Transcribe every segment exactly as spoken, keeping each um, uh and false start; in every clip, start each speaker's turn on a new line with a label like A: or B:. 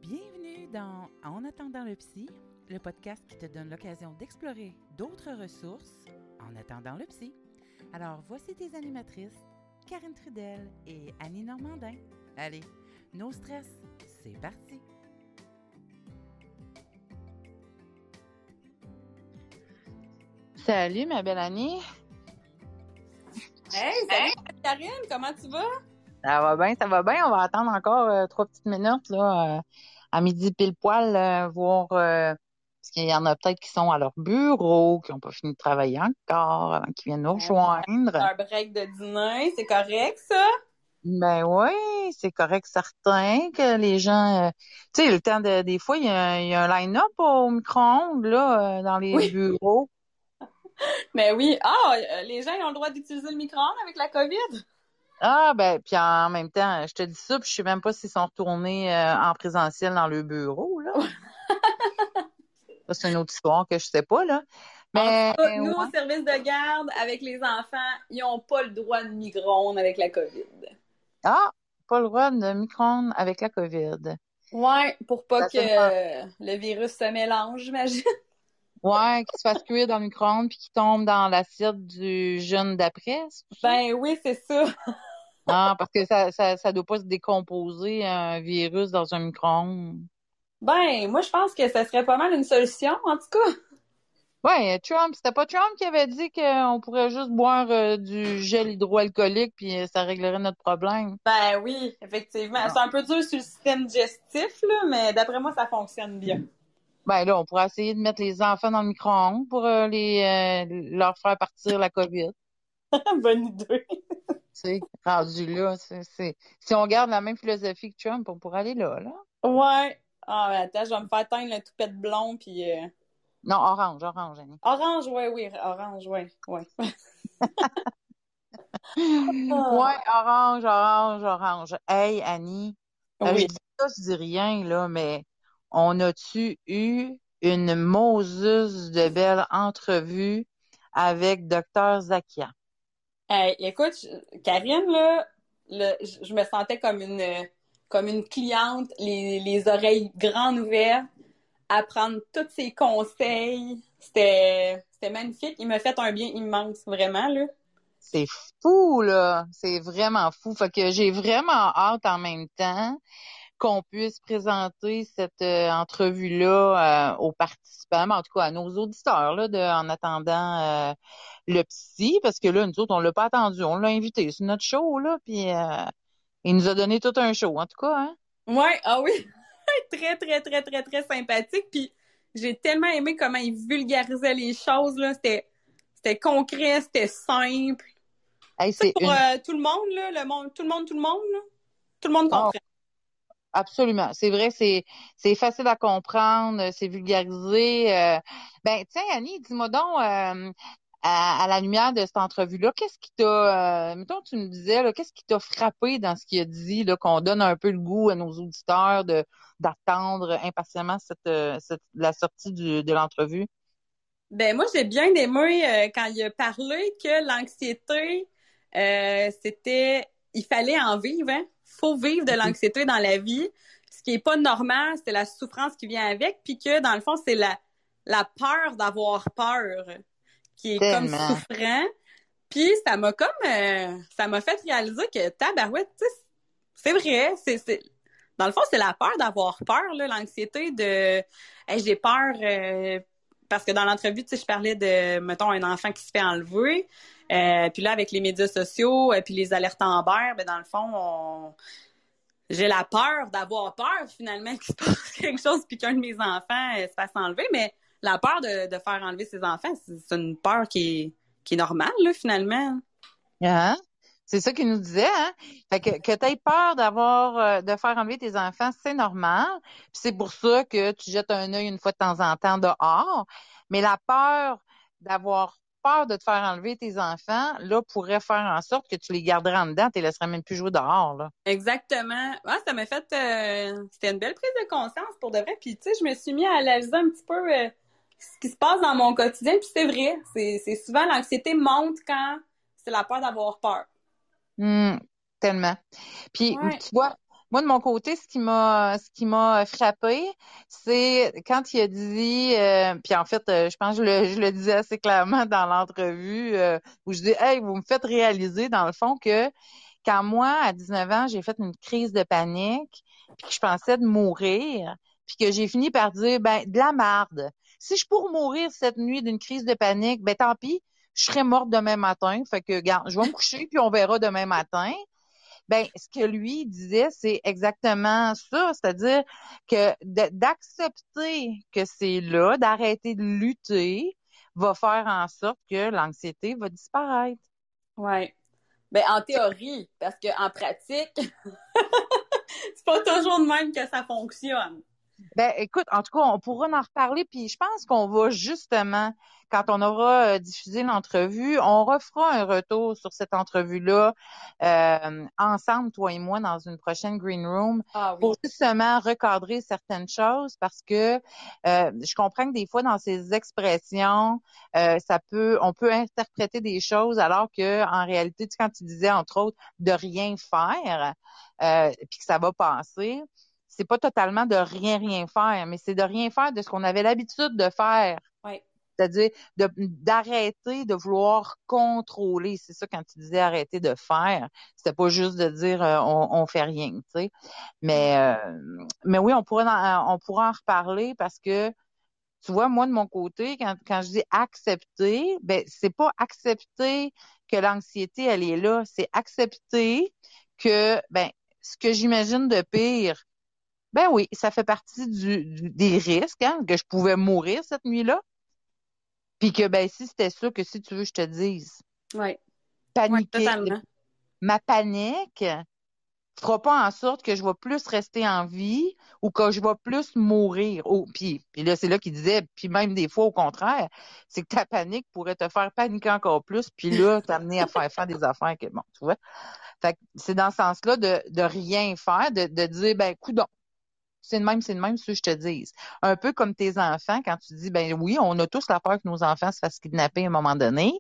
A: Bienvenue dans En attendant le psy, le podcast qui te donne l'occasion d'explorer d'autres ressources en attendant le psy. Alors, voici tes animatrices, Karine Trudel et Annie Normandin. Allez, no stress, c'est parti!
B: Salut, ma belle Annie.
C: Hey, salut Karine, comment tu vas?
B: Ça va bien, ça va bien. On va attendre encore euh, trois petites minutes là, euh, à midi pile poil, euh, voir euh, parce qu'il y en a peut-être qui sont à leur bureau, qui n'ont pas fini de travailler encore, avant qu'ils viennent nous rejoindre.
C: Un break de dîner, c'est correct ça?
B: Ben oui, c'est correct, certain que les gens, euh, tu sais, le temps de, des fois, il y a, il y a un line-up au micro-ondes là, euh, dans les
C: Oui.
B: bureaux.
C: Ben oui. Ah, les gens ils ont le droit d'utiliser le micro-ondes avec la COVID?
B: Ah, ben, puis en même temps, je te dis ça, puis je sais même pas s'ils sont retournés euh, en présentiel dans le bureau, là. Ça, c'est une autre histoire que je sais pas, là. Mais,
C: en tout cas, nous,
B: ouais.
C: au service de garde, avec les enfants, ils ont pas le droit de micro-ondes avec la COVID.
B: Ah, pas le droit de micro-ondes avec la COVID.
C: Ouais, pour pas
B: Ça
C: que euh, le virus se mélange, j'imagine.
B: Ouais, qu'il se fasse cuire dans le micro-ondes puis qu'il tombe dans l'assiette du jeune d'après, c'est ça?
C: Ben oui, c'est ça.
B: Ah, parce que ça, ça, ça doit pas se décomposer, un virus dans un micro-ondes.
C: Ben, moi, je pense que ça serait pas mal une solution, en tout cas.
B: Ouais, Trump, c'était pas Trump qui avait dit qu'on pourrait juste boire euh, du gel hydroalcoolique puis euh, ça réglerait notre problème.
C: Ben oui, effectivement.
B: Ah.
C: C'est un peu dur sur le système digestif, là, mais d'après moi, ça fonctionne bien.
B: Ben là, on pourrait essayer de mettre les enfants dans le micro-ondes pour euh, les euh, leur faire partir la COVID.
C: Bonne idée.
B: Tu sais, rendu là, c'est, c'est... si on garde la même philosophie que Trump, on pourrait aller là, là.
C: Ouais. Ah, ben attends, je vais me faire teindre le toupette blond, puis... Euh...
B: Non, orange, orange, Annie.
C: Orange, ouais, oui, orange, ouais, ouais.
B: Ouais, orange, orange, orange. Hey, Annie, euh, je
C: Oui.
B: dis ça, je dis rien, là, mais on a-tu eu une Moses de belle entrevue avec docteur Zakia?
C: Hey, écoute, je- Karine, là, le, je, je me sentais comme une comme une cliente, les, les oreilles grandes ouvertes, à prendre tous ses conseils. C'était c'était magnifique. Il m'a fait un bien immense, vraiment, là.
B: C'est fou, là. C'est vraiment fou. Fait que j'ai vraiment hâte en même temps qu'on puisse présenter cette euh, entrevue-là euh, aux participants, mais en tout cas à nos auditeurs, là, de, en attendant euh, le psy, parce que là, nous autres, on l'a pas attendu. On l'a invité sur notre show, là, puis euh, il nous a donné tout un show, en tout cas, hein.
C: Ouais, ah oui. Très, très, très, très, très sympathique. Puis j'ai tellement aimé comment il vulgarisait les choses, là. C'était, c'était concret, c'était simple.
B: Hey,
C: Tu sais,
B: c'est
C: pour
B: une...
C: euh, tout le monde, là, le monde, tout le monde, tout le monde, là, tout le monde
B: Oh,
C: comprend.
B: absolument. C'est vrai, c'est c'est facile à comprendre, c'est vulgarisé. Euh... Ben, tiens, Annie, dis-moi donc, euh, à, à la lumière de cette entrevue-là, qu'est-ce qui t'a, euh, mettons, tu me disais, là, qu'est-ce qui t'a frappé dans ce qu'il a dit, là, qu'on donne un peu le goût à nos auditeurs de d'attendre impatiemment cette, euh, cette la sortie du, de l'entrevue?
C: Ben moi, j'ai bien aimé euh, quand il a parlé que l'anxiété, euh, c'était, il fallait en vivre, hein. Faut vivre de l'anxiété dans la vie. Ce qui est pas normal, c'est la souffrance qui vient avec, puis que dans le fond, c'est la la peur d'avoir peur qui est comme
B: Tellement.
C: souffrant. Puis ça m'a comme euh, ça m'a fait réaliser que tabarouette, tu sais, c'est vrai, c'est c'est dans le fond, c'est la peur d'avoir peur là, l'anxiété de hey, j'ai peur euh, parce que dans l'entrevue, tu sais, je parlais de mettons un enfant qui se fait enlever. Euh, puis là avec les médias sociaux et puis les alertes Amber, ben dans le fond, on j'ai la peur d'avoir peur finalement qu'il se passe quelque chose puis qu'un de mes enfants euh, se fasse enlever, mais la peur de, de faire enlever ses enfants, c'est, c'est une peur qui est qui est normale là finalement.
B: Hein? C'est ça qu'il nous disait, hein? Fait que, que tu aies peur d'avoir euh, de faire enlever tes enfants, c'est normal. Puis c'est pour ça que tu jettes un œil une fois de temps en temps dehors. Mais la peur d'avoir peur de te faire enlever tes enfants, là, pourrait faire en sorte que tu les garderais en dedans, tu les laisserais même plus jouer dehors, là.
C: Exactement. Ouais, ça m'a fait euh, c'était une belle prise de conscience pour de vrai. Puis tu sais, je me suis mis à analyser un petit peu euh, ce qui se passe dans mon quotidien. Puis c'est vrai, c'est c'est souvent l'anxiété monte quand c'est la peur d'avoir peur.
B: Hum, tellement. Puis,
C: Ouais.
B: tu vois, Moi, de mon côté, ce qui m'a ce qui m'a frappé, c'est quand il a dit, euh, puis en fait, euh, je pense que je le, je le disais assez clairement dans l'entrevue, euh, où je dis, hey, vous me faites réaliser, dans le fond, que quand moi, à dix-neuf ans, j'ai fait une crise de panique, puis que je pensais de mourir, puis que j'ai fini par dire, ben, de la marde. Si je pourrais mourir cette nuit d'une crise de panique, ben tant pis, je serais morte demain matin. Fait que, regarde, je vais me coucher, puis on verra demain matin. Ben, ce que lui disait, c'est exactement ça, c'est-à-dire que de- d'accepter que c'est là, d'arrêter de lutter, va faire en sorte que l'anxiété va disparaître.
C: Ouais. Ben, en théorie, parce qu'en pratique, c'est pas toujours de même que ça fonctionne.
B: Ben, écoute, en tout cas, on pourra en reparler, puis je pense qu'on va justement, quand on aura euh, diffusé l'entrevue, on refera un retour sur cette entrevue-là euh, ensemble, toi et moi, dans une prochaine Green Room,
C: Ah oui.
B: pour justement recadrer certaines choses, parce que euh, je comprends que des fois, dans ces expressions, euh, ça peut, on peut interpréter des choses, alors que en réalité, tu sais, quand tu disais, entre autres, de rien faire, euh, puis que ça va passer, c'est pas totalement de rien rien faire, mais c'est de rien faire de ce qu'on avait l'habitude de faire.
C: Ouais.
B: C'est-à-dire de, d'arrêter de vouloir contrôler. C'est ça quand tu disais arrêter de faire. C'était pas juste de dire euh, on, on fait rien, tu sais. Mais euh, mais oui, on pourra en, on pourra en reparler parce que tu vois, moi de mon côté, quand, quand je dis accepter, ben c'est pas accepter que l'anxiété elle est là, c'est accepter que ben ce que j'imagine de pire. Ben oui, ça fait partie du, du- des risques, hein, que je pouvais mourir cette nuit-là. Puis que ben si c'était ça, que si tu veux, je te dise,
C: Ouais. Ouais,
B: paniquer,
C: totalement.
B: ma panique fera pas en sorte que je vais plus rester en vie ou que je vais plus mourir. Oh, puis, puis là, c'est là qu'il disait, puis même des fois au contraire, c'est que ta panique pourrait te faire paniquer encore plus, puis là, t'amener à faire faire des affaires que bon, tu vois. Fait que c'est dans ce sens-là de, de rien faire, de, de dire, ben, coudonc. C'est de même, c'est de même, ce que je te dise. Un peu comme tes enfants, quand tu dis, ben oui, on a tous la peur que nos enfants se fassent kidnapper à un moment donné,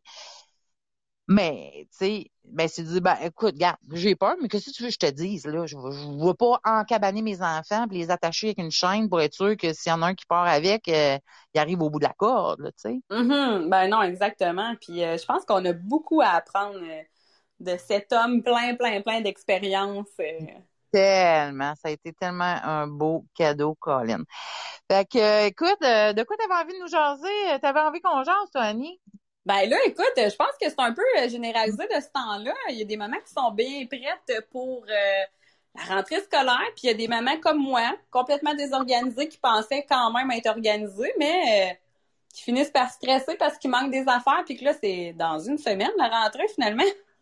B: mais, tu sais, ben c'est de dire, ben écoute, regarde, j'ai peur, mais qu'est-ce que tu veux que je te dise, là? Je ne vais pas encabaner mes enfants et les attacher avec une chaîne pour être sûr que s'il y en a un qui part avec, euh, il arrive au bout de la corde, là, tu sais.
C: Mhm. Ben non, exactement. Puis euh, je pense qu'on a beaucoup à apprendre euh, de cet homme plein, plein, plein d'expériences. euh.
B: Tellement, ça a été tellement un beau cadeau, Colin. Fait que, euh, écoute, euh, de quoi t'avais envie de nous jaser? T'avais envie qu'on jase, toi, Annie?
C: Ben là, écoute, je pense que c'est un peu euh, généralisé de ce temps-là. Il y a des mamans qui sont bien prêtes pour euh, la rentrée scolaire, puis il y a des mamans comme moi, complètement désorganisées, qui pensaient quand même être organisées, mais euh, qui finissent par stresser parce qu'il manque des affaires, puis que là, c'est dans une semaine, la rentrée, finalement.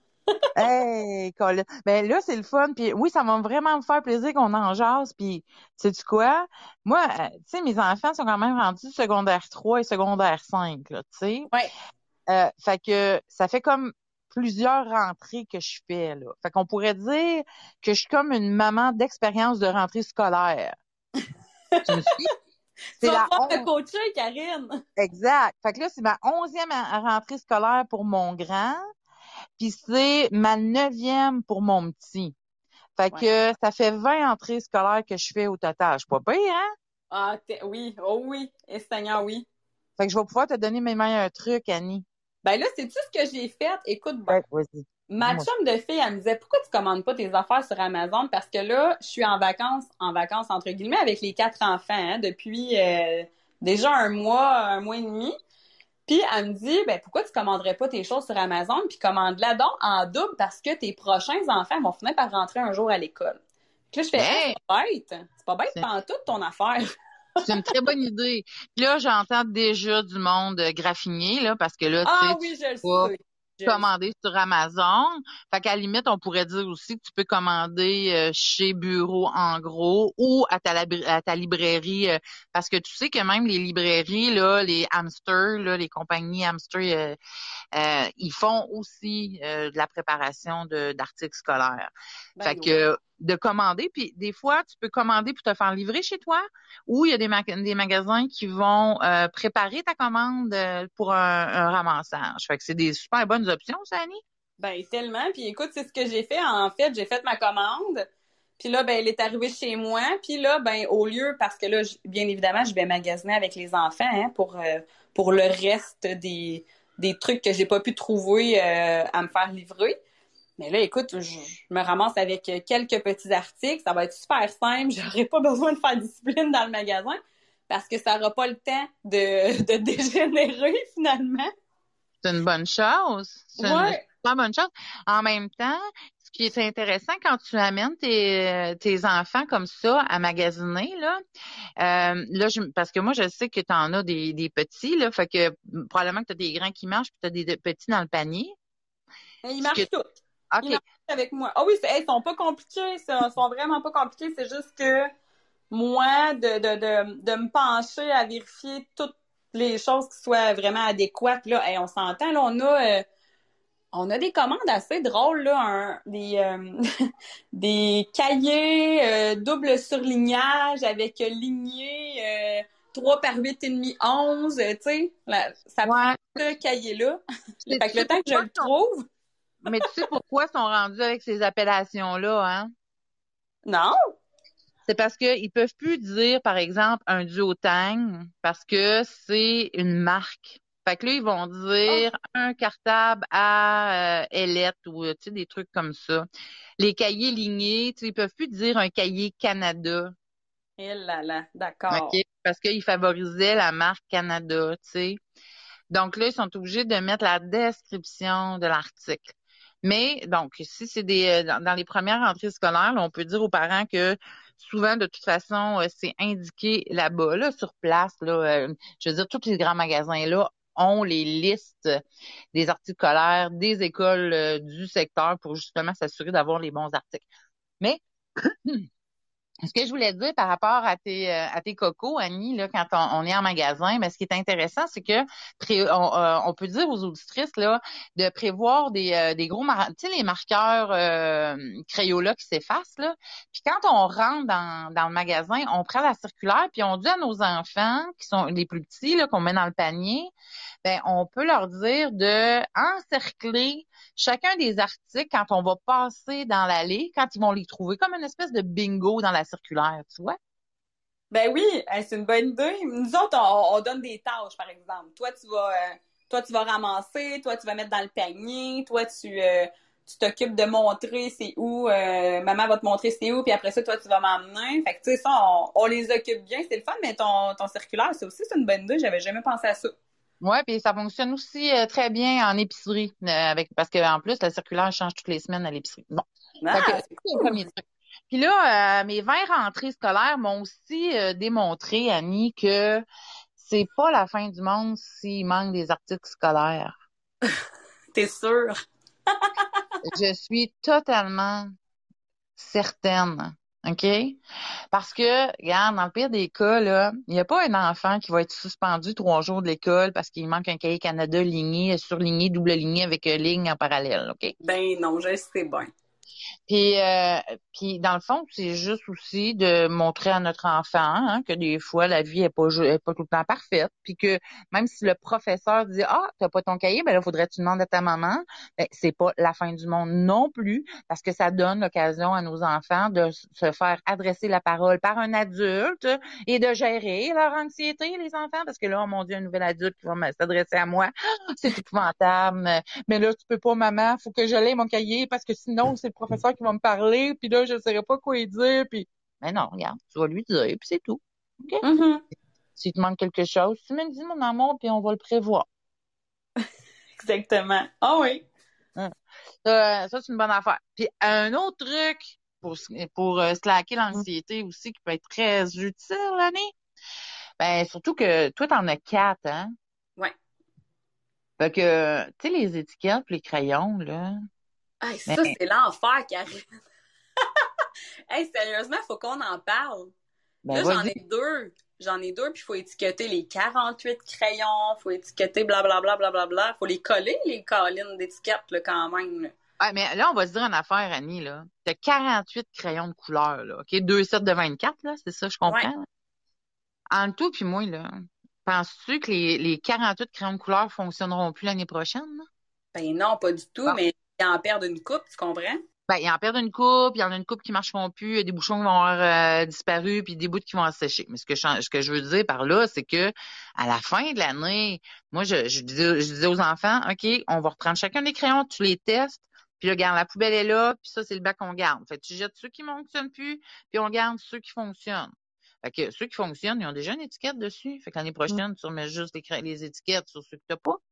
B: Hey, Colin. Ben là, c'est le fun. Puis oui, ça va vraiment me faire plaisir qu'on en jase. Puis, sais-tu quoi? Moi, euh, tu sais, mes enfants sont quand même rendus secondaire trois et secondaire cinq, là, tu sais.
C: Ouais.
B: Euh, fait que ça fait comme plusieurs rentrées que je fais, là. Fait qu'on pourrait dire que je suis comme une maman d'expérience de rentrée scolaire. Tu me suis?
C: Tu
B: C'est
C: vas
B: la
C: pouvoir te
B: onze.
C: coacher, Karine.
B: Exact. Fait que là, c'est ma onzième en- rentrée scolaire pour mon grand. Puis c'est ma neuvième pour mon petit. Fait
C: Ouais.
B: que ça fait vingt entrées scolaires que je fais au total. Je suis pas pire, hein?
C: Ah, t'es- oui, oh oui, et Seigneur, oui.
B: Fait que je vais pouvoir te donner mes meilleurs trucs, Annie.
C: Ben là, sais-tu ce que j'ai fait? Écoute bien.
B: Ouais, vas-y.
C: Ma
B: Dis-moi.
C: chum de fille, elle me disait, pourquoi tu commandes pas tes affaires sur Amazon? Parce que là, je suis en vacances, en vacances entre guillemets, avec les quatre enfants, hein, depuis euh, déjà un mois, un mois et demi. Puis elle me dit, ben pourquoi tu commanderais pas tes choses sur Amazon? Puis commande-la donc en double parce que tes prochains enfants vont finir par rentrer un jour à l'école. Puis là, je fais, hein,
B: Hey!
C: c'est pas bête. C'est pas bête
B: C'est
C: pantoute ton affaire.
B: c'est une très bonne idée. Puis là, j'entends déjà du monde euh, graffiner, là, parce que là, tu sais,
C: Ah
B: tu
C: oui, je le
B: peux
C: sais. Je le sais.
B: commander sur Amazon. Fait qu'à la limite, on pourrait dire aussi que tu peux commander euh, chez Bureau en gros ou à ta, labri- à ta librairie. euh, parce que tu sais que même les librairies, là, les hamsters, là, les compagnies hamsters, euh, euh, ils font aussi euh, de la préparation de d'articles scolaires. Fait
C: Ben oui.
B: que de commander, puis des fois, tu peux commander pour te faire livrer chez toi, ou il y a des, ma- des magasins qui vont euh, préparer ta commande euh, pour un, un ramassage. Fait que c'est des super bonnes options, ça, Annie?
C: Ben tellement. Puis écoute, c'est ce que j'ai fait. En fait, j'ai fait ma commande. Puis là, ben, elle est arrivée chez moi. Puis là, ben, au lieu, parce que là, j- bien évidemment, je vais magasiner avec les enfants hein, pour, euh, pour le reste des, des trucs que j'ai pas pu trouver euh, à me faire livrer. Mais là, écoute, je, je me ramasse avec quelques petits articles. Ça va être super simple. J'aurai pas besoin de faire discipline dans le magasin parce que ça n'aura pas le temps de, de dégénérer finalement.
B: C'est une bonne chose. C'est une
C: Ouais.
B: super bonne chose. En même temps, ce qui est intéressant quand tu amènes tes, tes enfants comme ça à magasiner, là, euh, là je, parce que moi, je sais que tu en as des, des petits, là, fait que mm, probablement que tu as des grands qui marchent puis tu as des, des petits dans le panier.
C: Ils
B: Ce que,
C: marchent tous. Ils
B: OK.
C: marchent tous avec moi. Ah oui, c'est, hey, ils sont pas compliqués. ça. Ils sont vraiment pas compliqués. C'est juste que moi, de, de, de, de me pencher à vérifier toutes les choses qui soient vraiment adéquates, là, hey, on s'entend, là, on a... euh, On a des commandes assez drôles, là, un- des, euh, des cahiers euh, double surlignage avec euh, lignée euh, trois par huit et demi, onze, euh, tu sais, la- ça prend
B: Ouais.
C: ce cahier-là.
B: Tu
C: Fait que le
B: sais
C: temps que je
B: pourquoi
C: le
B: sont,
C: trouve,
B: mais tu sais pourquoi ils sont rendus avec ces appellations-là, hein?
C: non.
B: C'est parce qu'ils peuvent plus dire, par exemple, un duotang parce que c'est une marque. Fait que là, ils vont
C: Oh,
B: dire un cartable à euh, ailette ou euh, tu sais, des trucs comme ça. Les cahiers lignés, tu sais, ils peuvent plus dire un cahier Canada,
C: et là là,
B: OK?
C: d'accord.
B: Parce qu'ils favorisaient la marque Canada, tu sais. Donc là, ils sont obligés de mettre la description de l'article. Mais donc, si c'est des euh, dans, dans les premières rentrées scolaires, là, on peut dire aux parents que souvent, de toute façon, euh, c'est indiqué là-bas, là, sur place. Là, euh, je veux dire, tous les grands magasins là ont les listes des articles scolaires des écoles euh, du secteur pour justement s'assurer d'avoir les bons articles. Mais ce que je voulais dire par rapport à tes euh, à tes cocos, Annie, là, quand on, on est en magasin, mais ce qui est intéressant, c'est que pré- on, euh, on peut dire aux auditrices là de prévoir des, euh, des gros mar- tu sais, les marqueurs euh, Crayola qui s'effacent là. Puis quand on rentre dans, dans le magasin, on prend la circulaire puis on dit à nos enfants qui sont les plus petits là qu'on met dans le panier, ben on peut leur dire de encercler chacun des articles quand on va passer dans l'allée, quand ils vont les trouver, comme une espèce de bingo dans la circulaire, tu vois?
C: Ben oui, hey, c'est une bonne idée. Nous autres, on, on donne des tâches, par exemple. Toi, tu vas, euh, toi, tu vas ramasser, toi, tu vas mettre dans le panier, toi, tu, euh, tu t'occupes de montrer c'est où, euh, maman va te montrer c'est où, puis après ça, toi, tu vas m'emmener. Fait que, tu sais, ça, on, on les occupe bien, c'est le fun, mais ton, ton circulaire, c'est aussi c'est une bonne idée, j'avais jamais pensé à ça.
B: Ouais, puis ça fonctionne aussi euh, très bien en épicerie, euh, avec parce qu'en plus, la circulaire change toutes les semaines à l'épicerie. Bon. Fait que
C: Ah, c'est
B: c'est le
C: cool!
B: premier truc. Puis là, euh, mes vingt rentrées scolaires m'ont aussi euh, démontré, Annie, que c'est pas la fin du monde s'il manque des articles scolaires.
C: T'es sûr?
B: Je suis totalement certaine. OK? Parce que, regarde, dans le pire des cas, là, il n'y a pas un enfant qui va être suspendu trois jours de l'école parce qu'il manque un cahier Canada ligné, surligné, double ligné avec euh, ligne en parallèle. OK?
C: Ben non, je sais bien.
B: Puis, euh, puis dans le fond, c'est juste aussi de montrer à notre enfant hein, que des fois la vie est pas ju- est pas tout le temps parfaite, puis que même si le professeur dit ah t'as pas ton cahier, ben là faudrait que tu demandes à ta maman, ben c'est pas la fin du monde non plus parce que ça donne l'occasion à nos enfants de s- se faire adresser la parole par un adulte et de gérer leur anxiété les enfants parce que là oh mon Dieu un nouvel adulte qui va me- s'adresser à moi, c'est épouvantable. Mais là, tu peux pas, maman, faut que je l'aie mon cahier parce que sinon, c'est le professeur qui va me parler, puis là, je ne saurais pas quoi lui dire, puis... Mais non, regarde, tu vas lui dire, puis c'est tout. OK?
C: Mhm.
B: S'il te manque quelque chose, tu me le dis, mon amour, puis on va le prévoir.
C: Exactement. Ah oui.
B: Hein? Ça, ça, c'est une bonne affaire. Puis un autre truc pour, s- pour euh, slacker l'anxiété aussi qui peut être très utile, l'année, ben surtout que toi, t'en as quatre, hein?
C: Ouais.
B: Fait que, tu sais, les étiquettes puis les crayons, là,
C: Hey,
B: ben,
C: ça, c'est l'enfer, Karine. Hey, sérieusement, faut qu'on en parle.
B: ben
C: Là, j'en
B: vas-y.
C: ai deux. J'en ai deux, puis il faut étiqueter les quarante-huit crayons, faut étiqueter blablabla, blablabla. Faut les coller, les collines d'étiquettes, là, quand même. Là.
B: Ah, mais là, on va se dire une affaire, Annie, là. T'as quarante-huit crayons de couleur, là. OK? Deux sets de vingt-quatre, là. C'est ça, je
C: Ouais.
B: comprends. Là. En tout, puis moi, là, penses-tu que les, les quarante-huit crayons de couleur fonctionneront plus l'année prochaine, là?
C: Ben non, pas du tout,
B: Bon.
C: mais ils en perdent une coupe, tu comprends?
B: Ben, ils en perdent une coupe, il y en a une coupe qui marcheront plus, il y a des bouchons qui vont avoir euh, disparu, puis des bouts qui vont sécher. Mais ce que je, ce que je veux dire par là, c'est que à la fin de l'année, moi, je, je, disais, je disais aux enfants, OK, on va reprendre chacun des crayons, tu les testes, puis là, regarde, la poubelle est là, puis ça, c'est le bac qu'on garde. Fait que tu jettes ceux qui ne fonctionnent plus, puis on garde ceux qui fonctionnent. Fait que ceux qui fonctionnent, ils ont déjà une étiquette dessus. Fait que l'année prochaine, tu remets juste les, les étiquettes sur ceux que tu n'as pas.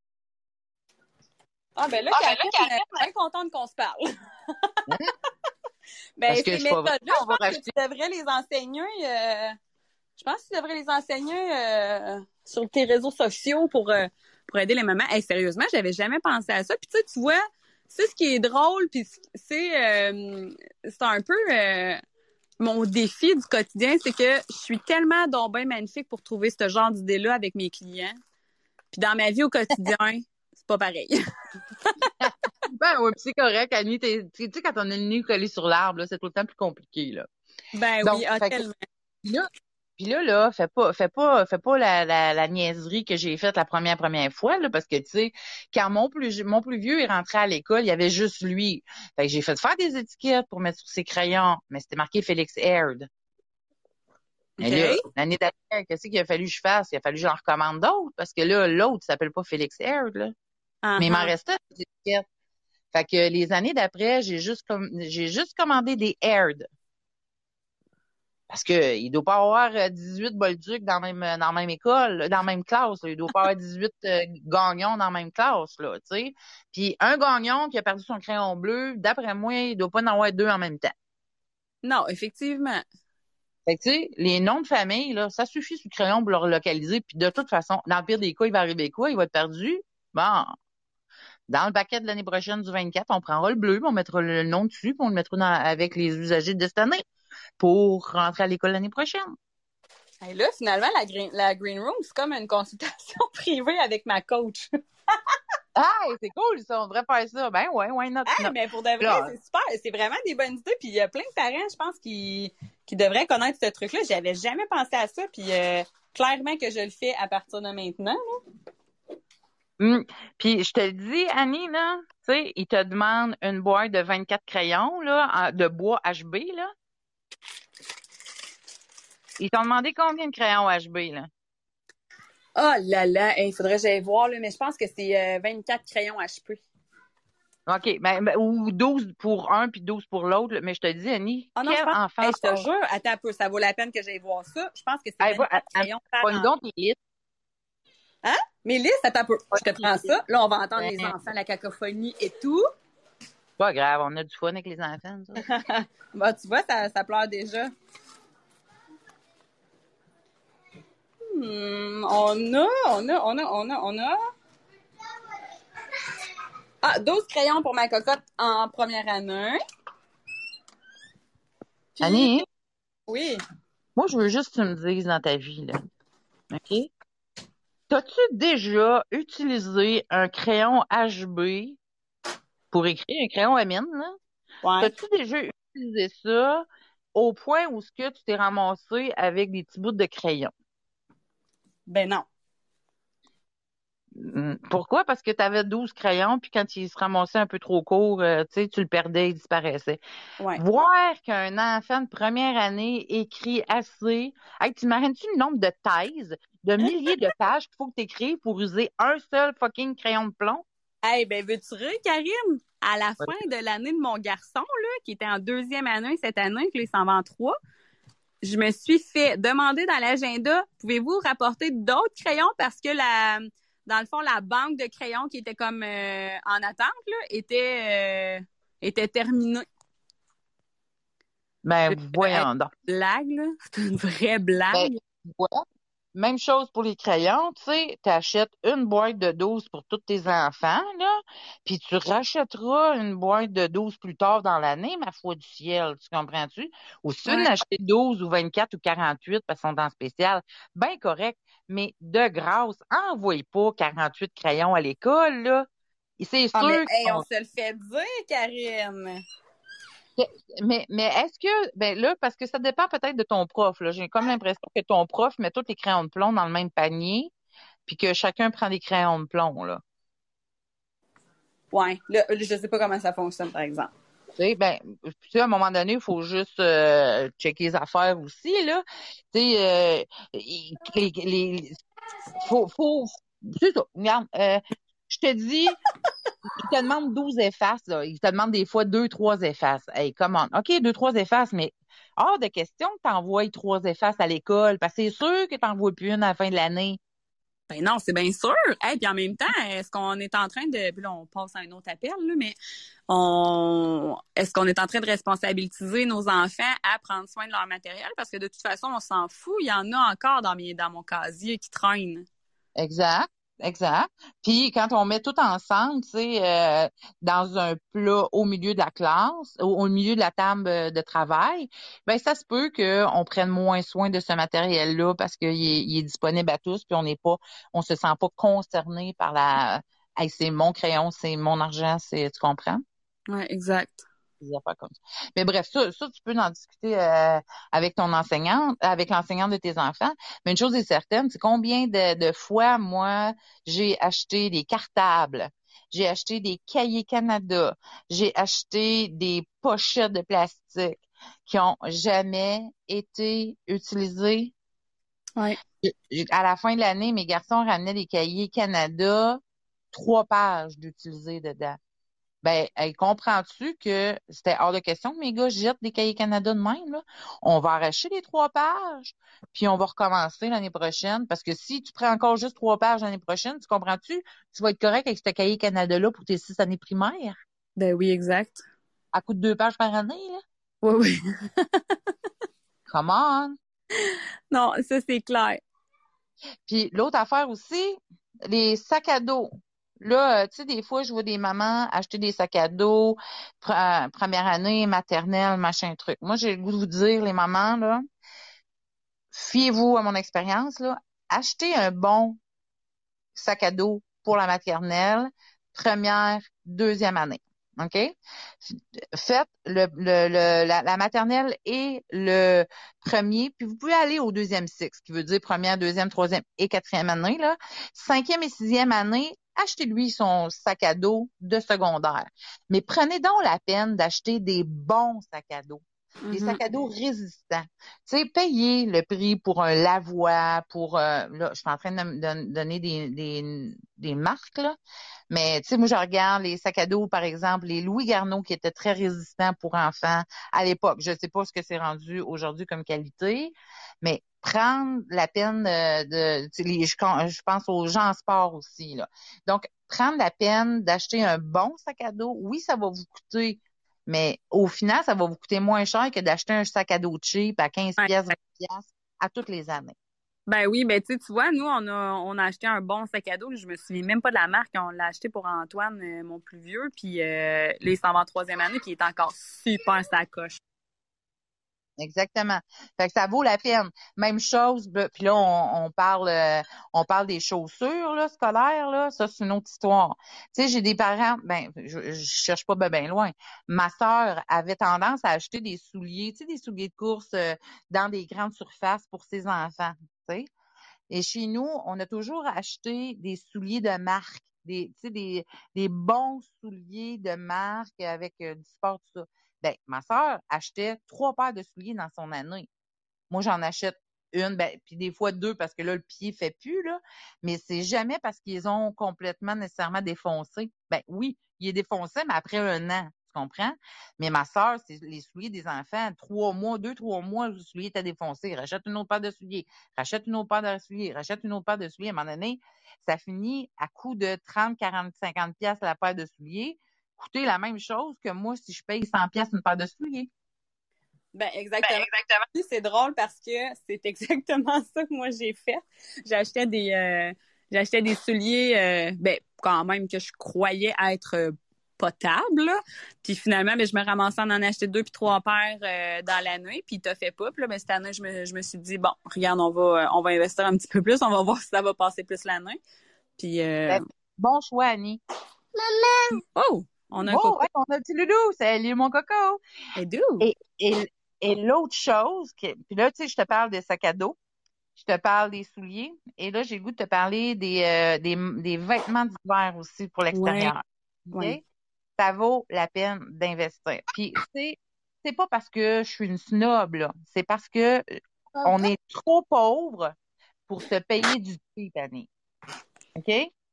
C: Ah, ben là, ah, Karine, ben là, je suis bien contente qu'on se parle.
B: Hein?
C: Ben, ces méthodes-là, je pense que tu devrais les enseigner, euh, je pense que tu devrais les enseigner euh, sur tes réseaux sociaux pour, euh, pour aider les mamans. Hey, sérieusement, j'avais jamais pensé à ça. Puis tu sais, tu vois, c'est ce qui est drôle, puis c'est, euh, c'est un peu euh, mon défi du quotidien, c'est que je suis tellement donc bien magnifique pour trouver ce genre d'idée-là avec mes clients. Puis dans ma vie au quotidien, c'est pas pareil.
B: Ben oui, c'est correct, Annie. Tu sais, quand on a le nez collé sur l'arbre, là, c'est tout le temps plus compliqué, là.
C: Ben Donc, oui, ah, tellement.
B: Puis là, puis là, là, fais pas, fais pas, fais pas la, la, la niaiserie que j'ai faite la première première fois, là, parce que, tu sais, quand mon plus, mon plus vieux est rentré à l'école, il y avait juste lui. Fait que j'ai fait faire des étiquettes pour mettre sur ses crayons, mais c'était marqué Félix Aird. Okay. Et là, l'année dernière, qu'est-ce qu'il a fallu que je fasse? Il a fallu que j'en recommande d'autres, parce que là, l'autre s'appelle pas Félix Aird, là. Uh-huh. Mais il m'en restait des étiquettes. Fait que les années d'après, j'ai juste comme j'ai juste commandé des Aird. Parce que il doit pas avoir dix-huit Bolduc dans la même dans la même école, dans la même classe. Là. Il doit pas avoir dix-huit euh, gagnons dans la même classe, là, tu sais. Puis un gagnon qui a perdu son crayon bleu, d'après moi, il doit pas en avoir deux en même temps.
C: Non, effectivement.
B: Fait que tu sais, les noms de famille, là, ça suffit sur le crayon pour le relocaliser. Puis de toute façon, dans le pire des cas, il va arriver quoi? Il va être perdu. Bon. Dans le paquet de l'année prochaine du vingt-quatre, on prendra le bleu, puis on mettra le nom dessus, puis on le mettra dans, avec les usagers de cette année pour rentrer à l'école l'année prochaine.
C: Et là, finalement, la green, la green room, c'est comme une consultation privée avec ma coach.
B: Ah, c'est cool, ça, on devrait faire ça. Ben ouais, ouais, not,
C: hey, mais pour de vrai, là, c'est super. C'est vraiment des bonnes idées. Puis il y a plein de parents, je pense, qui, qui devraient connaître ce truc-là. J'avais jamais pensé à ça. Puis euh, clairement que je le fais à partir de maintenant. Là.
B: Mmh. Puis je te le dis, Annie, là, tu sais, il te demande une boîte de vingt-quatre crayons, là, de bois H B, là. Ils t'ont demandé combien de crayons H B, là?
C: Oh là là, il faudrait que j'aille voir, là, mais je pense que c'est euh, vingt-quatre crayons H P.
B: OK, ben, ben, ou douze pour un puis douze pour l'autre, mais je te dis, Annie,
C: oh non,
B: quel
C: je pense...
B: enfant...
C: Hey, je te jure, attends un peu, ça vaut la peine que j'aille voir ça. Je pense que c'est hey, vingt-quatre va, crayons par
B: an. Donc, les listes.
C: Hein? Mais listes, attends un peu. Je te prends ça. Là, on va entendre ben... les enfants, la cacophonie et tout.
B: C'est pas grave, on a du fun avec les enfants, ça.
C: Bah, tu vois, ça, ça pleure déjà. Hmm, on a, on a, on a, on a, on a... Ah, douze crayons pour ma cocotte en première année.
B: Puis... Annie?
C: Oui?
B: Moi, je veux juste que tu me dises dans ta vie, là. OK? T'as-tu déjà utilisé un crayon H B pour écrire, un crayon à mine, là?
C: Ouais.
B: T'as-tu déjà utilisé ça au point où ce que tu t'es ramassé avec des petits bouts de crayon?
C: Ben non.
B: Pourquoi? Parce que tu avais douze crayons, puis quand il se ramassait un peu trop court, euh, tu sais, tu le perdais, il disparaissait.
C: Ouais.
B: Voir qu'un enfant de première année écrit assez... Hey, t'imagines-tu le nombre de thèses, de milliers de pages qu'il faut que tu écrives pour user un seul fucking crayon de plomb?
C: Hey, ben veux-tu rire, Karine? À la fin de l'année de mon garçon, là, qui était en deuxième année cette année, puis il s'en va en trois, je me suis fait demander dans l'agenda, pouvez-vous rapporter d'autres crayons parce que la... Dans le fond, la banque de crayons qui était comme euh, en attente, là, était, euh, était terminée.
B: Ben, voyons donc.
C: Blague, là. C'est une vraie blague.
B: Ben, ouais. Même chose pour les crayons, tu sais, tu achètes une boîte de douze pour tous tes enfants, là, puis tu rachèteras une boîte de douze plus tard dans l'année, ma foi du ciel, tu comprends-tu? Ou si tu veux en acheter douze ou vingt-quatre ou quarante-huit parce qu'ils sont en spécial, ben correct, mais de grâce, envoie pas quarante-huit crayons à l'école, là. C'est sûr
C: ah, mais, hey,
B: on...
C: on se le fait dire, Karine!
B: Mais, mais est-ce que, ben là, parce que ça dépend peut-être de ton prof, là. J'ai comme l'impression que ton prof met tous les crayons de plomb dans le même panier, puis que chacun prend des crayons de plomb, là.
C: Ouais. Là, je sais pas comment ça fonctionne, par exemple.
B: Tu sais, ben, tu sais, à un moment donné, il faut juste euh, checker les affaires aussi, là. Tu sais, euh, il- les, les, faut, faut, c'est ça. Regarde, euh, je te dis, il te demande douze effaces, là. Il te demande des fois deux, trois effaces. Hey, come on. OK, deux, trois effaces, mais hors de question que tu envoies trois effaces à l'école, parce que c'est sûr que tu n'en vois plus une à la fin de l'année.
C: Ben non, c'est bien sûr. Et puis en même temps, est-ce qu'on est en train de, puis là on passe à un autre appel là, mais on, est-ce qu'on est en train de responsabiliser nos enfants à prendre soin de leur matériel parce que de toute façon on s'en fout. Il y en a encore dans mes, dans mon casier qui traînent.
B: Exact, exact. Puis quand on met tout ensemble, tu sais, euh, dans un plat au milieu de la classe, au, au milieu de la table euh, de travail, ben ça se peut qu'on prenne moins soin de ce matériel-là parce qu'il est, il est disponible à tous, puis on n'est pas, on se sent pas concerné par la, hey, c'est mon crayon, c'est mon argent, c'est, tu comprends?
C: Ouais, exact.
B: Des affaires comme ça. Mais bref, ça, ça tu peux en discuter euh, avec ton enseignante, avec l'enseignante de tes enfants. Mais une chose est certaine, c'est combien de, de fois, moi, j'ai acheté des cartables, j'ai acheté des cahiers Canada, j'ai acheté des pochettes de plastique qui ont jamais été utilisées.
C: Ouais.
B: J'ai- À la fin de l'année, mes garçons ramenaient des cahiers Canada, trois pages d'utilisés dedans. Ben, hey, comprends-tu que c'était hors de question que mes gars jettent des cahiers Canada de même, là? On va arracher les trois pages, puis on va recommencer l'année prochaine, parce que si tu prends encore juste trois pages l'année prochaine, tu comprends-tu? Tu vas être correct avec ce cahier Canada-là pour tes six années primaires,
C: Ben oui, exact.
B: à coût de deux pages par année, là.
C: Oui, oui.
B: Come on!
C: Non, ça c'est clair.
B: Puis l'autre affaire aussi, les sacs à dos. Là, euh, tu sais, des fois, je vois des mamans acheter des sacs à dos, pre- première année, maternelle, machin truc. Moi, j'ai le goût de vous dire, les mamans, là, fiez-vous à mon expérience, là, achetez un bon sac à dos pour la maternelle, première, deuxième année. OK? Faites le, le, le, la, la maternelle et le premier, puis vous pouvez aller au deuxième cycle, ce qui veut dire première, deuxième, troisième et quatrième année. Là. Cinquième et sixième année, achetez-lui son sac à dos de secondaire. Mais prenez donc la peine d'acheter des bons sacs à dos. Des
C: Mhm.
B: sacs à dos résistants. Tu sais, payez le prix pour un Lavoie, pour euh, là, je suis en train de me donner des, des, des marques, là. Mais tu sais, moi, je regarde les sacs à dos, par exemple, les Louis Garneau qui étaient très résistants pour enfants à l'époque. Je ne sais pas ce que c'est rendu aujourd'hui comme qualité, mais prendre la peine euh, de, tu sais, les- je, je pense aux gens en sport aussi, là. Donc, prendre la peine d'acheter un bon sac à dos, oui, ça va vous coûter, mais au final, ça va vous coûter moins cher que d'acheter un sac à dos cheap à quinze
C: Ouais.
B: pièces, vingt pièces à toutes les années.
C: Ben oui, ben tu sais, tu vois, nous, on a, on a acheté un bon sac à dos. Je me souviens même pas de la marque. On l'a acheté pour Antoine, euh, mon plus vieux. Puis euh, là, il s'en va en troisième année, puis il est encore super sacoche.
B: Exactement. Fait que ça vaut la peine. Même chose, ben, puis là, on, on parle euh, on parle des chaussures là, scolaires, là, ça, c'est une autre histoire. Tu sais, j'ai des parents, ben, je, je cherche pas ben, ben loin. Ma sœur avait tendance à acheter des souliers, tu sais, des souliers de course euh, dans des grandes surfaces pour ses enfants, tu sais. Et chez nous, on a toujours acheté des souliers de marque, des, tu sais, des, des bons souliers de marque avec euh, du sport, tout ça. Ben, ma sœur achetait trois paires de souliers dans son année. Moi, j'en achète une, ben, puis des fois deux parce que là, le pied fait plus, là. Mais c'est jamais parce qu'ils ont complètement nécessairement défoncé. Ben oui, il est défoncé, mais après un an, tu comprends? Mais ma sœur, c'est les souliers des enfants, trois mois, deux, trois mois, le soulier était défoncé. Rachète une autre paire de souliers, rachète une autre paire de souliers, rachète une autre paire de souliers. À un moment donné, ça finit à coût de trente, quarante, cinquante pièces la paire de souliers, coûter la même chose que moi si je paye cent pièces une paire de souliers.
C: Ben exactement. Puis c'est drôle parce que c'est exactement ça que moi j'ai fait. J'achetais des euh, j'achetais des souliers euh, ben quand même que je croyais être euh, potables. Là. Puis finalement ben je me ramassais à en acheter deux puis trois paires euh, dans l'année puis t'as fait pas. Puis là ben cette année je me je me suis dit bon, regarde, on va on va investir un petit peu plus, on va voir si ça va passer plus l'année. Puis euh...
B: Ben, bon choix, Annie.
C: oh, on a un
B: Oh,
C: coco.
B: ouais, on a un petit loulou. Salut, mon coco.
C: Et d'où?
B: Et, et, et l'autre chose, que, puis là, tu sais, je te parle des sacs à dos, je te parle des souliers, et là, j'ai le goût de te parler des, euh, des, des vêtements d'hiver aussi pour
C: Ouais,
B: l'extérieur. OK?
C: ouais.
B: ça vaut la peine d'investir. Puis, c'est, c'est pas parce que je suis une snob, là. C'est parce que on est trop pauvre pour se payer du cheap, Annie. OK?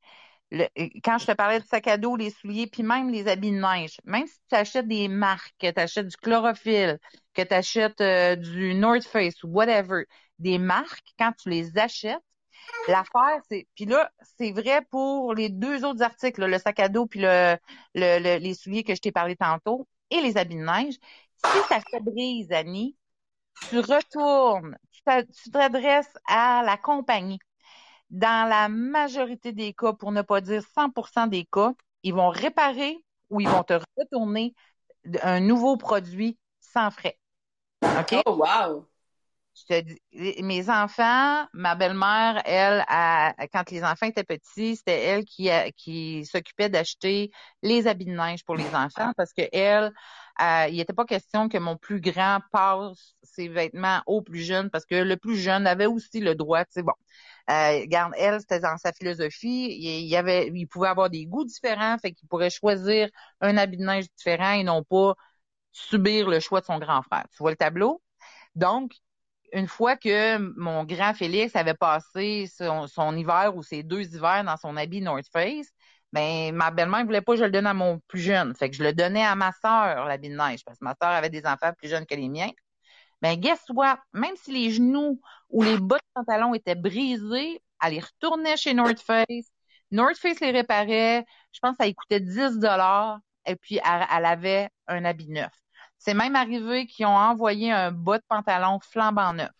B: Le- quand je te parlais du sac à dos, les souliers, puis même les habits de neige, même si tu achètes des marques, que tu achètes du chlorophylle, que tu achètes euh, du North Face ou whatever, des marques, quand tu les achètes, l'affaire, c'est. Puis là, c'est vrai pour les deux autres articles, là, le sac à dos puis le, le, le- les souliers que je t'ai parlé tantôt et les habits de neige. Si ça se brise, Annie, tu retournes, tu t'a- tu t'adresses à la compagnie. Dans la majorité des cas, pour ne pas dire cent pour cent des cas, ils vont réparer ou ils vont te retourner un nouveau produit sans frais. OK?
C: Oh, wow!
B: Je te dis, mes enfants, ma belle-mère, elle, a- quand les enfants étaient petits, c'était elle qui, a- qui s'occupait d'acheter les habits de neige pour les enfants parce que elle, euh, il n'était pas question que mon plus grand passe ses vêtements au plus jeune parce que le plus jeune avait aussi le droit, tu sais, bon. Euh, regarde, elle, c'était dans sa philosophie. Il, il y avait, il pouvait avoir des goûts différents, fait qu'il pourrait choisir un habit de neige différent et non pas subir le choix de son grand frère. Tu vois le tableau? Donc, une fois que mon grand Félix avait passé son, son hiver ou ses deux hivers dans son habit North Face, ben ma belle-mère voulait pas que je le donne à mon plus jeune. Fait que je le donnais à ma sœur, l'habit de neige, parce que ma sœur avait des enfants plus jeunes que les miens. Ben guess what? Même si les genoux ou les bas de pantalon étaient brisés, elle les retournait chez North Face. North Face les réparait. Je pense que ça lui coûtait dix dollars. Et puis, elle, elle avait un habit neuf. C'est même arrivé qu'ils ont envoyé un bas de pantalon flambant neuf.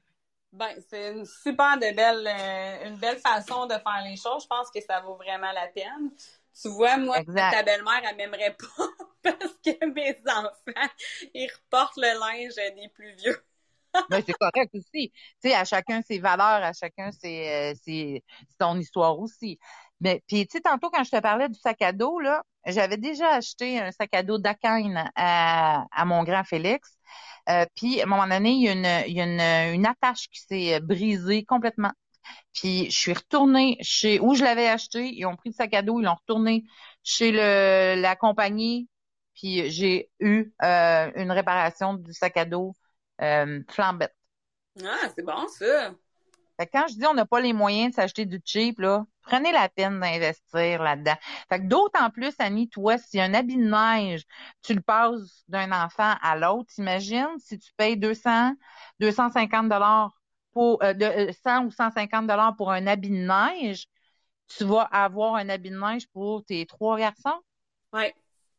C: Ben, c'est une super de belle, euh, une belle façon de faire les choses. Je pense que ça vaut vraiment la peine. Tu vois, moi,
B: Exact.
C: ta belle-mère, elle m'aimerait pas parce que mes enfants, ils reportent le linge des plus vieux.
B: Mais c'est correct aussi. Tu sais, à chacun ses valeurs, à chacun ses, euh, ses- son histoire aussi. Mais puis, tu sais, tantôt quand je te parlais du sac à dos, là, j'avais déjà acheté un sac à dos d'Akain à, à mon grand Félix. Euh, puis, à un moment donné, il y a une, il y a une, une attache qui s'est brisée complètement. Puis, je suis retournée chez où je l'avais acheté. Ils ont pris le sac à dos, ils l'ont retourné chez le, la compagnie. Puis, j'ai eu euh, une réparation du sac à dos euh, flambette.
C: Ah, c'est bon, ça.
B: Fait que quand je dis on n'a pas les moyens de s'acheter du cheap, là, prenez la peine d'investir là-dedans. Fait que d'autant plus, Annie, toi, si un habit de neige, tu le passes d'un enfant à l'autre, imagine si tu payes deux cents, deux cent cinquante dollars pour euh, de, euh, cent ou cent cinquante dollars pour un habit de neige, tu vas avoir un habit de neige pour tes trois garçons.
C: Ouais.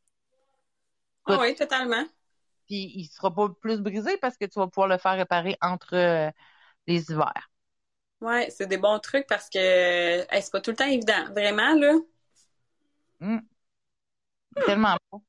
C: Ah
B: Écoute,
C: oui, totalement.
B: puis il sera pas plus brisé parce que tu vas pouvoir le faire réparer entre euh, les hivers.
C: Ouais, c'est des bons trucs parce que hey, c'est pas tout le temps évident. Vraiment, là.
B: Hum, tellement pas.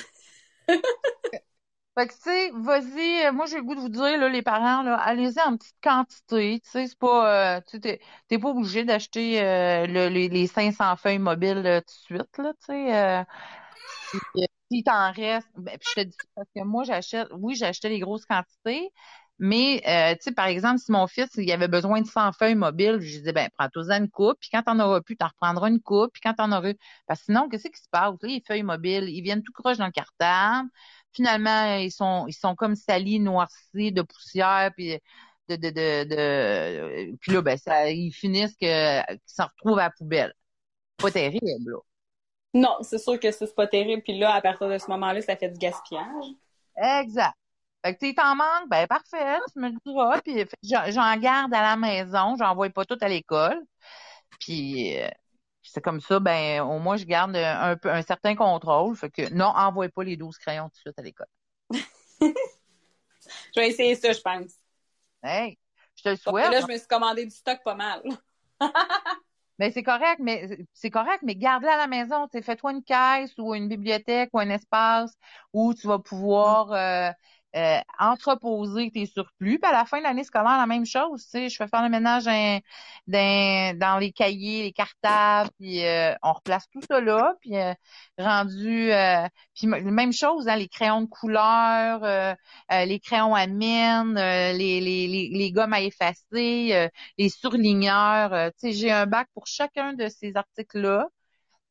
B: Fait que, tu sais, vas-y, euh, moi, j'ai le goût de vous dire, là, les parents, là, allez-y en petite quantité, tu sais, c'est pas, euh, tu sais, t'es, t'es pas obligé d'acheter euh, le- les, les cinq cents feuilles mobiles euh, tout de suite, là, tu sais. Euh, si euh, si t'en reste, ben, puis je te dis, parce que moi, j'achète, oui, j'ai acheté les grosses quantités, mais, euh, tu sais, par exemple, si mon fils, il avait besoin de cent feuilles mobiles, je lui disais, ben, prends-toi une coupe, puis quand t'en auras plus, t'en reprendras une coupe, puis quand t'en auras, parce que sinon, qu'est-ce qui se passe? Là, les feuilles mobiles, ils viennent tout croche dans le cartable. Finalement, ils sont, ils sont comme salis, noircis de poussière, puis de, de, de, de, puis là, ben, ça, ils finissent que, qu'ils s'en retrouvent à la poubelle. Pas terrible, là.
C: Non, c'est sûr que ça, c'est pas terrible. Puis là, à partir de ce moment-là, ça fait du gaspillage.
B: Exact. Fait que tu t'en manques, ben parfait, tu me le diras, puis fait que j'en j'en garde à la maison, j'envoie pas tout à l'école. Puis euh, c'est comme ça, ben au moins je garde un peu un certain contrôle. Fait que non, envoie pas les douze crayons tout de suite à l'école.
C: Je vais essayer ça, je pense.
B: Hey, je te le
C: Parce que
B: souhaite.
C: là, je me suis commandé du stock pas mal.
B: Ben c'est correct, mais c'est correct, mais garde-la à la maison. Tu sais, fais-toi une caisse ou une bibliothèque ou un espace où tu vas pouvoir euh, euh, entreposer tes surplus. Puis à la fin de l'année scolaire, la même chose. Tu sais, je fais faire le ménage dans, dans, dans les cahiers, les cartables, puis euh, on replace tout ça là. Puis euh, rendu, euh, puis m- même chose, hein, les crayons de couleur, euh, euh, les crayons à mine, euh, les, les, les, les gommes à effacer. Euh, les surligneurs. Euh, tu sais, j'ai un bac pour chacun de ces articles-là.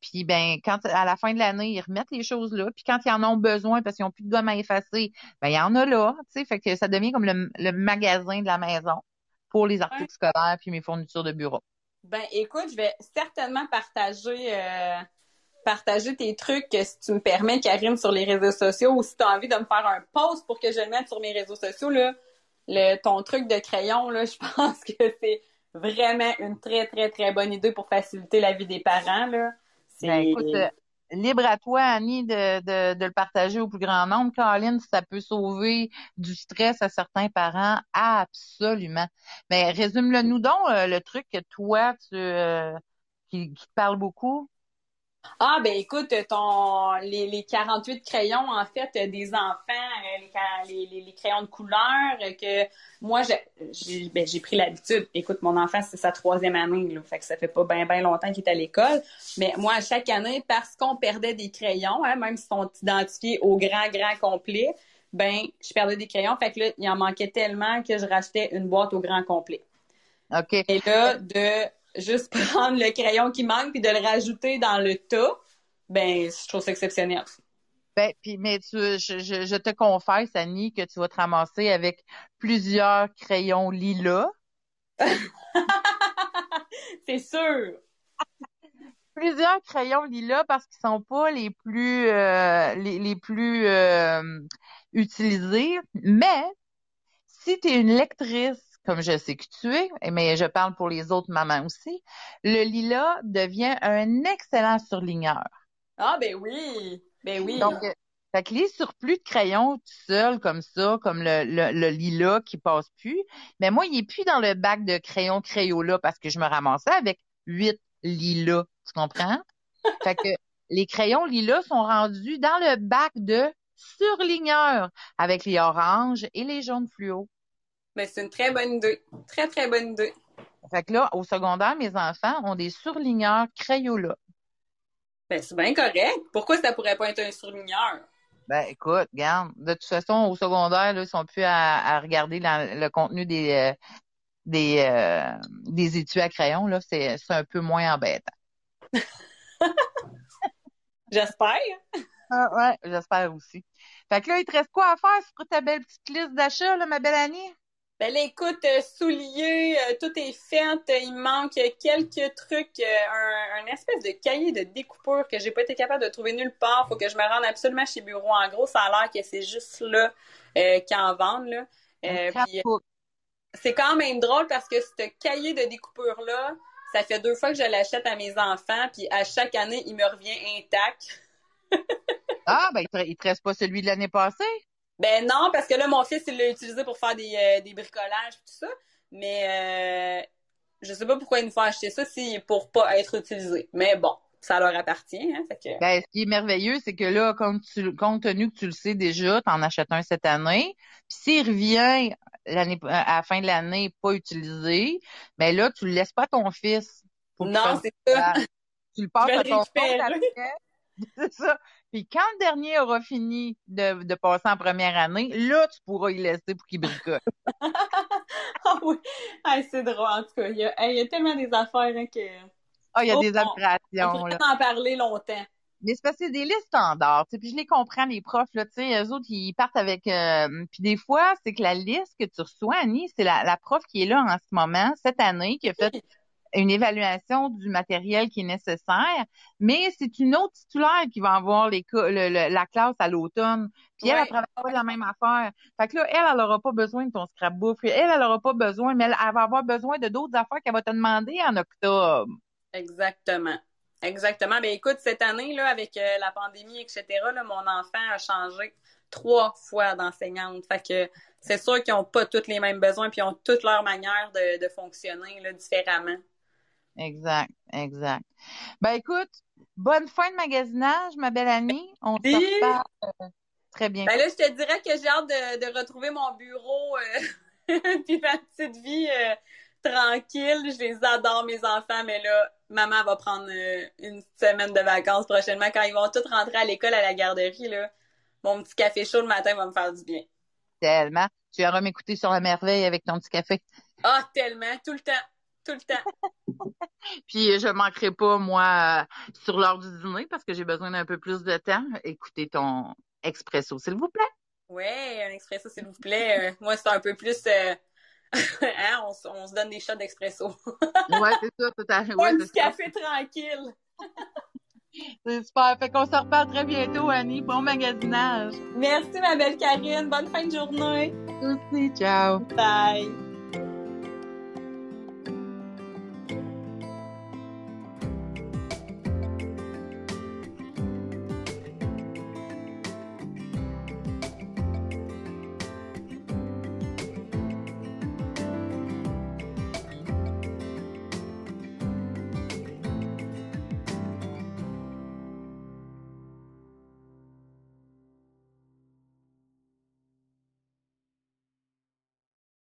B: puis ben quand à la fin de l'année, ils remettent les choses là. Puis quand ils en ont besoin parce qu'ils n'ont plus de gomme à effacer, ben il y en a là. Tu sais, fait que ça devient comme le, le magasin de la maison pour les
C: Ouais.
B: articles scolaires puis mes fournitures de bureau.
C: Ben, écoute, je vais certainement partager, euh, partager tes trucs, si tu me permets, Karine, sur les réseaux sociaux, ou si tu as envie de me faire un post pour que je le mette sur mes réseaux sociaux, là, le, ton truc de crayon, là, je pense que c'est vraiment une très, très, très bonne idée pour faciliter la vie des parents, là. C'est...
B: Ben écoute, euh, libre à toi, Annie, de, de, de le partager au plus grand nombre. Caroline, si ça peut sauver du stress à certains parents, absolument. Mais résume-le nous donc, euh, le truc que toi, tu euh, qui, qui te parle beaucoup.
C: Ah, ben écoute, ton les, les quarante-huit crayons, en fait, euh, des enfants, euh, les, ca- les, les, les crayons de couleur, euh, que moi, j'ai j'ai ben, j'ai pris l'habitude. Écoute, mon enfant, c'est sa troisième année, là, fait que ça fait pas bien ben longtemps qu'il est à l'école. Mais moi, à chaque année, parce qu'on perdait des crayons, hein, même s'ils sont identifiés au grand, grand complet, ben je perdais des crayons. Fait que là, il en manquait tellement que je rachetais une boîte au grand complet.
B: OK.
C: Et là, de juste prendre le crayon qui manque puis de le rajouter dans le tas, ben, je trouve ça exceptionnel.
B: Ben, puis, mais tu, je, je, je te confesse, Annie, que tu vas te ramasser avec plusieurs crayons lilas.
C: C'est sûr.
B: Plusieurs crayons lilas parce qu'ils sont pas les plus euh, les, les plus euh, utilisés. Mais si tu es une lectrice, comme je sais que tu es, mais je parle pour les autres mamans aussi, le lilas devient un excellent surligneur.
C: Ah, ben oui. Ben oui.
B: Donc, euh, fait que les surplus de crayons tout seuls comme ça, comme le, le, le lilas qui passe plus, mais moi, il est plus dans le bac de crayons Crayola parce que je me ramassais avec huit lilas. Tu comprends? Fait que les crayons lilas sont rendus dans le bac de surligneurs avec les oranges et les jaunes fluo.
C: Ben, c'est une très bonne idée. Très, très bonne idée.
B: Fait que là, au secondaire, mes enfants ont des surligneurs Crayola.
C: Ben, c'est bien correct. Pourquoi ça pourrait pas être un surligneur?
B: Ben, écoute, regarde, de toute façon, au secondaire, là, ils sont plus à, à regarder la- le contenu des, euh, des, euh, des étuis à crayon, là. C'est, c'est un peu moins embêtant.
C: J'espère.
B: Ah, ouais, j'espère aussi. Fait que là, il te reste quoi à faire sur ta belle petite liste d'achats, là, ma belle Annie?
C: Ben là, écoute, euh, souliers, euh, tout est fait. Euh, il manque quelques trucs, euh, un, un espèce de cahier de découpure que j'ai pas été capable de trouver nulle part. Faut que je me rende absolument chez Bureau. En gros, ça a l'air que c'est juste là euh, qu'ils en vendent, là.
B: Un
C: Euh, puis,
B: scrapbook.
C: c'est quand même drôle parce que ce cahier de découpure-là, ça fait deux fois que je l'achète à mes enfants, puis à chaque année, il me revient intact.
B: Ah, ben, il te, il te reste pas celui de l'année passée?
C: Ben non, parce que là, mon fils, il l'a utilisé pour faire des, euh, des bricolages et tout ça. Mais euh, je sais pas pourquoi il nous fait acheter ça si pour pas être utilisé. Mais bon, ça leur appartient, hein. Fait que...
B: Ben, ce qui est merveilleux, c'est que là, compte, tu, compte tenu que tu le sais déjà, t'en achètes un cette année. Puis s'il revient l'année, à la fin de l'année pas utilisé, ben là, tu le laisses pas à ton fils. Faut qu'il
C: Non,
B: fasse du
C: c'est ça.
B: bricolage. Tu le
C: Je
B: passes
C: vais
B: à
C: le
B: ton compte
C: récupérer.
B: après. C'est ça. Puis quand le dernier aura fini de, de passer en première année, là, tu pourras y laisser pour qu'il bricole.
C: Ah oui. Ah, c'est drôle, en tout cas. Il y a, il y a tellement des affaires hein, que...
B: Ah, il y a
C: Oh,
B: des
C: on, on
B: altérations,
C: pourrait
B: là.
C: en parler longtemps.
B: Mais c'est parce que c'est des listes standards, tu sais, puis je les comprends, les profs, là, tu sais, eux autres, ils partent avec... euh, puis des fois, c'est que la liste que tu reçois, Annie, c'est la, la prof qui est là en ce moment, cette année, qui a fait une évaluation du matériel qui est nécessaire, mais c'est une autre titulaire qui va avoir les, co- le- le- la classe à l'automne. Puis elle, elle
C: Ouais.
B: travaille pas de la même affaire. Fait que là, elle, elle aura pas besoin de ton scrapbook. Elle, elle aura pas besoin, mais elle, elle va avoir besoin de d'autres affaires qu'elle va te demander en octobre.
C: Exactement. Exactement. Ben écoute, cette année, là, avec euh, la pandémie, et cetera, là, mon enfant a changé trois fois d'enseignante. Fait que c'est sûr qu'ils n'ont pas tous les mêmes besoins puis ils ont toutes leurs manières de, de fonctionner là, différemment.
B: Exact, exact. Ben écoute, bonne fin de magasinage, ma belle Annie. On se
C: Puis,
B: reparle très
C: ben
B: bientôt.
C: là, je te dirais que j'ai hâte de, de retrouver mon bureau euh, puis ma petite vie euh, tranquille. Je les adore, mes enfants, mais là, maman va prendre euh, une semaine de vacances prochainement quand ils vont tous rentrer à l'école à la garderie, là. Mon petit café chaud le matin va me faire du bien.
B: Tellement. Tu iras m'écouter sur la merveille avec ton petit café.
C: Ah, tellement, tout le temps. Tout le temps.
B: Puis je manquerai pas, moi, euh, sur l'heure du dîner, parce que j'ai besoin d'un peu plus de temps, écouter ton expresso, s'il vous plaît.
C: Oui, un expresso, s'il vous plaît. Euh, moi, c'est un peu plus... Euh... hein, on, on se donne des shots d'expresso.
B: Ouais, c'est ça, tout à fait. Ouais,
C: un
B: c'est
C: petit
B: ça.
C: café tranquille.
B: C'est super. Fait qu'on se reparle très bientôt, Annie. Bon magasinage.
C: Merci, ma belle Karine. Bonne fin de journée.
B: Merci, ciao.
C: Bye.